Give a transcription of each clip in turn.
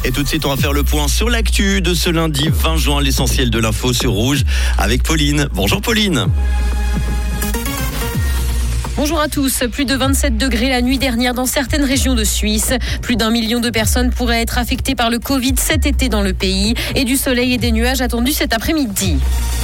Et tout de suite, on va faire le point sur l'actu de ce lundi 20 juin, l'essentiel de l'info sur Rouge avec Pauline. Bonjour Pauline. Bonjour à tous. Plus de 27 degrés la nuit dernière dans certaines régions de Suisse. Plus d'1 million de personnes pourraient être affectées par le Covid cet été dans le pays. Et du soleil et des nuages attendus cet après-midi.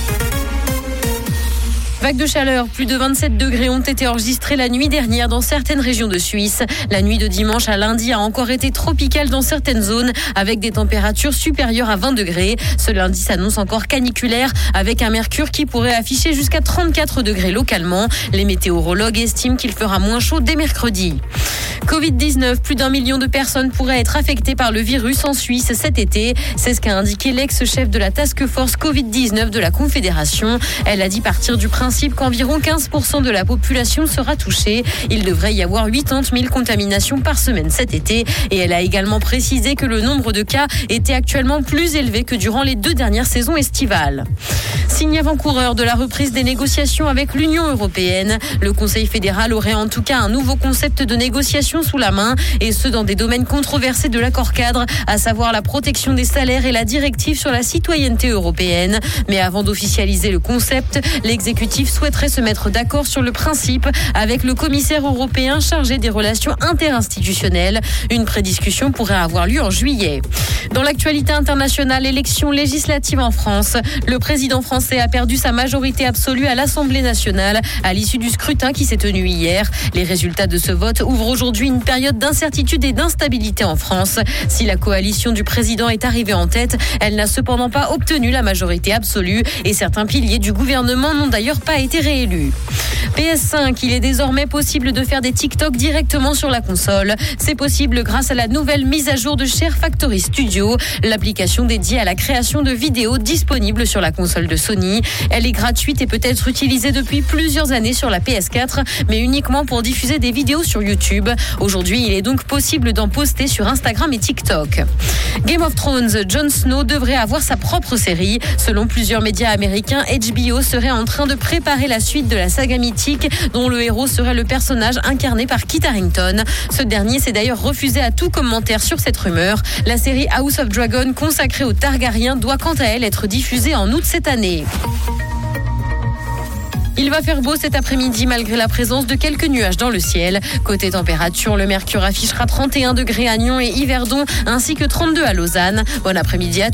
Vague de chaleur, plus de 27 degrés ont été enregistrés la nuit dernière dans certaines régions de Suisse. La nuit de dimanche à lundi a encore été tropicale dans certaines zones avec des températures supérieures à 20 degrés. Ce lundi s'annonce encore caniculaire avec un mercure qui pourrait afficher jusqu'à 34 degrés localement. Les météorologues estiment qu'il fera moins chaud dès mercredi. Covid-19, plus d'1 million de personnes pourraient être affectées par le virus en Suisse cet été. C'est ce qu'a indiqué l'ex-chef de la Task Force Covid-19 de la Confédération. Elle a dit partir du principe qu'environ 15% de la population sera touchée. Il devrait y avoir 80 000 contaminations par semaine cet été. Et elle a également précisé que le nombre de cas était actuellement plus élevé que durant les 2 dernières saisons estivales. Signe avant-coureur de la reprise des négociations avec l'Union européenne. Le Conseil fédéral aurait en tout cas un nouveau concept de négociation sous la main, et ce dans des domaines controversés de l'accord cadre, à savoir la protection des salaires et la directive sur la citoyenneté européenne. Mais avant d'officialiser le concept, l'exécutif souhaiterait se mettre d'accord sur le principe avec le commissaire européen chargé des relations interinstitutionnelles. Une prédiscussion pourrait avoir lieu en juillet. Dans l'actualité internationale, élection législative en France. Le président français a perdu sa majorité absolue à l'Assemblée nationale à l'issue du scrutin qui s'est tenu hier. Les résultats de ce vote ouvrent aujourd'hui une période d'incertitude et d'instabilité en France. Si la coalition du président est arrivée en tête, elle n'a cependant pas obtenu la majorité absolue et certains piliers du gouvernement n'ont d'ailleurs pas été réélus. PS5, il est désormais possible de faire des TikTok directement sur la console. C'est possible grâce à la nouvelle mise à jour de Share Factory Studio, l'application dédiée à la création de vidéos disponible sur la console de Sony. Elle est gratuite et peut être utilisée depuis plusieurs années sur la PS4, mais uniquement pour diffuser des vidéos sur YouTube. Aujourd'hui, il est donc possible d'en poster sur Instagram et TikTok. Game of Thrones, Jon Snow devrait avoir sa propre série. Selon plusieurs médias américains, HBO serait en train de préparer la suite de la saga mythique dont le héros serait le personnage incarné par Kit Harington. Ce dernier s'est d'ailleurs refusé à tout commentaire sur cette rumeur. La série House of Dragon consacrée aux Targaryens doit quant à elle être diffusée en août cette année. Il va faire beau cet après-midi malgré la présence de quelques nuages dans le ciel. Côté température, le mercure affichera 31 degrés à Nyon et Yverdon ainsi que 32 à Lausanne. Bon après-midi à tous.